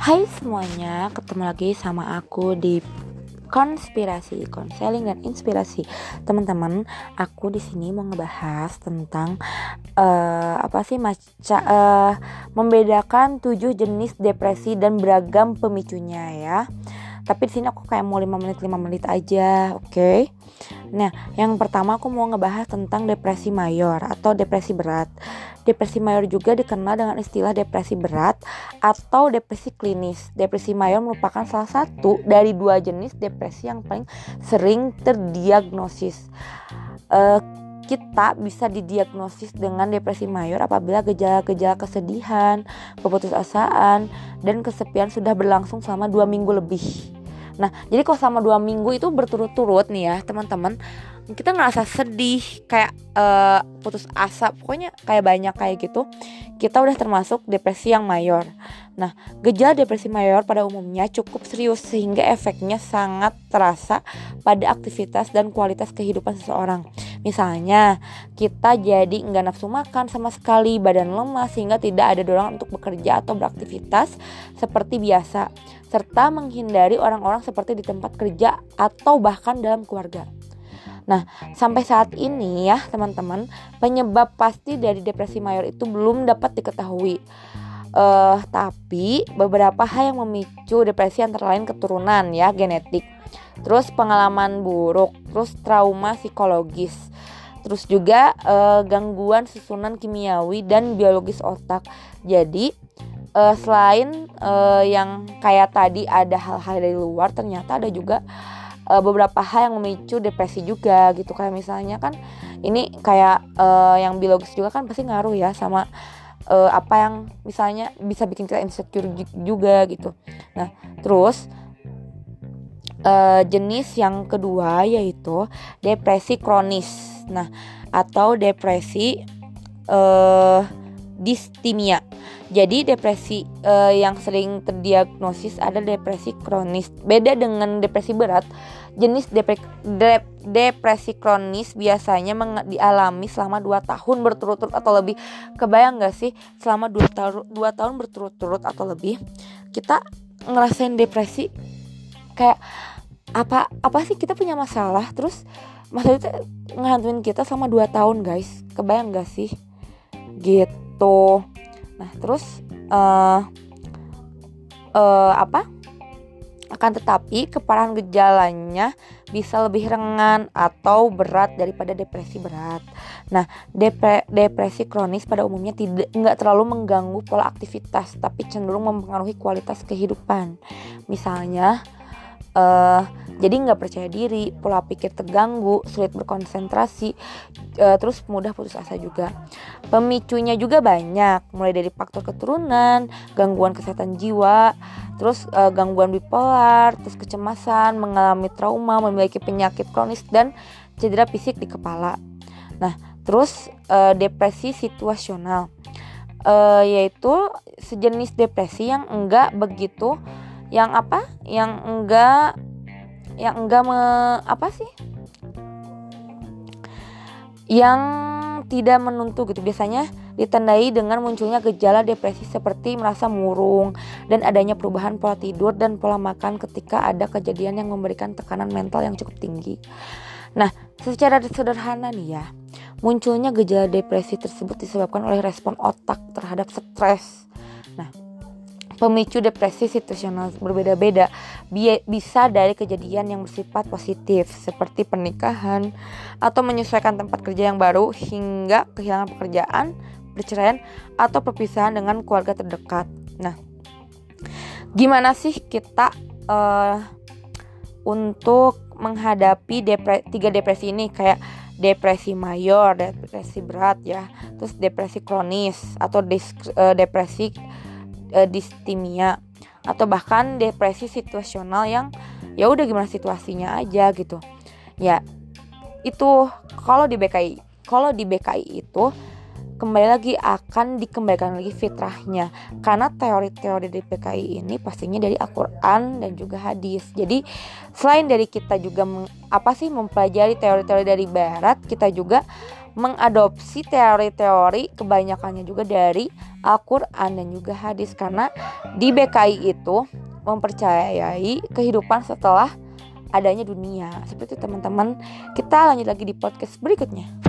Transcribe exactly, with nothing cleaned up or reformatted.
Hai semuanya, ketemu lagi sama aku di konspirasi, konseling dan inspirasi. Teman-teman, aku di sini mau ngebahas tentang uh, apa sih maca uh, membedakan tujuh jenis depresi dan beragam pemicunya ya. Tapi di sini aku kayak mau lima menit lima menit aja, oke? Okay? Nah, yang pertama aku mau ngebahas tentang depresi mayor atau depresi berat. Depresi mayor juga dikenal dengan istilah depresi berat atau depresi klinis. Depresi mayor merupakan salah satu dari dua jenis depresi yang paling sering terdiagnosis. Uh, kita bisa didiagnosis dengan depresi mayor apabila gejala-gejala kesedihan, keputusasaan, dan kesepian sudah berlangsung selama dua minggu lebih. Nah, jadi kalau selama dua minggu itu berturut-turut nih ya teman-teman, kita ngerasa sedih, kayak uh, putus asa, pokoknya kayak banyak kayak gitu, kita udah termasuk depresi yang mayor. Nah, gejala depresi mayor pada umumnya cukup serius sehingga efeknya sangat terasa pada aktivitas dan kualitas kehidupan seseorang. Misalnya, kita jadi nggak nafsu makan sama sekali, badan lemas sehingga tidak ada dorongan untuk bekerja atau beraktivitas seperti biasa, serta menghindari orang-orang seperti di tempat kerja atau bahkan dalam keluarga. Nah, sampai saat ini ya teman-teman, penyebab pasti dari depresi mayor itu belum dapat diketahui. Uh, tapi beberapa hal yang memicu depresi antara lain keturunan ya, genetik, terus pengalaman buruk, terus trauma psikologis, terus juga uh, gangguan susunan kimiawi dan biologis otak. Jadi uh, selain uh, yang kayak tadi ada hal-hal dari luar, ternyata ada juga uh, beberapa hal yang memicu depresi juga gitu. Kayak misalnya kan ini kayak uh, yang biologis juga kan pasti ngaruh ya sama uh, apa yang misalnya bisa bikin kita insecure juga gitu. Nah, terus Uh, jenis yang kedua yaitu depresi kronis, nah atau depresi uh, distimia. Jadi depresi uh, yang sering terdiagnosis ada depresi kronis. Beda dengan depresi berat, jenis depre- de- depresi kronis biasanya meng- dialami selama dua tahun berturut-turut atau lebih. Kebayang gak sih selama dua tahun dua tahun berturut-turut atau lebih kita ngerasain depresi, kayak apa apa sih, kita punya masalah terus masalah itu ngehantuin kita selama dua tahun guys. Kebayang gak sih gitu. Nah terus uh, uh, apa akan tetapi keparahan gejalanya bisa lebih ringan atau berat daripada depresi berat. Nah, depre- depresi kronis pada umumnya tidak nggak terlalu mengganggu pola aktivitas, tapi cenderung mempengaruhi kualitas kehidupan. Misalnya Uh, jadi nggak percaya diri, pola pikir terganggu, sulit berkonsentrasi, uh, terus mudah putus asa juga. Pemicunya juga banyak, mulai dari faktor keturunan, gangguan kesehatan jiwa, terus uh, gangguan bipolar, terus kecemasan, mengalami trauma, memiliki penyakit kronis dan cedera fisik di kepala. Nah, terus uh, depresi situasional, uh, yaitu sejenis depresi yang enggak begitu yang apa yang enggak yang enggak me, apa sih yang tidak menentu gitu. Biasanya ditandai dengan munculnya gejala depresi seperti merasa murung dan adanya perubahan pola tidur dan pola makan ketika ada kejadian yang memberikan tekanan mental yang cukup tinggi. Nah, secara sederhana nih ya, munculnya gejala depresi tersebut disebabkan oleh respon otak terhadap stres. Nah, pemicu depresi situasional berbeda-beda, bisa dari kejadian yang bersifat positif seperti pernikahan atau menyesuaikan tempat kerja yang baru, hingga kehilangan pekerjaan, perceraian, atau perpisahan dengan keluarga terdekat. Nah, gimana sih kita uh, untuk menghadapi depre- tiga depresi ini, kayak depresi mayor, depresi berat ya, terus depresi kronis atau dis- uh, depresi distimia, atau bahkan depresi situasional yang ya udah gimana situasinya aja gitu. Ya, itu kalau di B K I, kalau di B K I itu kembali lagi akan dikembalikan lagi fitrahnya, karena teori-teori dari B K I ini pastinya dari Al-Quran dan juga hadis. Jadi selain dari kita juga meng, apa sih mempelajari teori-teori dari barat, kita juga mengadopsi teori-teori kebanyakannya juga dari Al-Quran dan juga hadis, karena di B K I itu mempercayai kehidupan setelah adanya dunia. Seperti itu teman-teman, kita lanjut lagi di podcast berikutnya.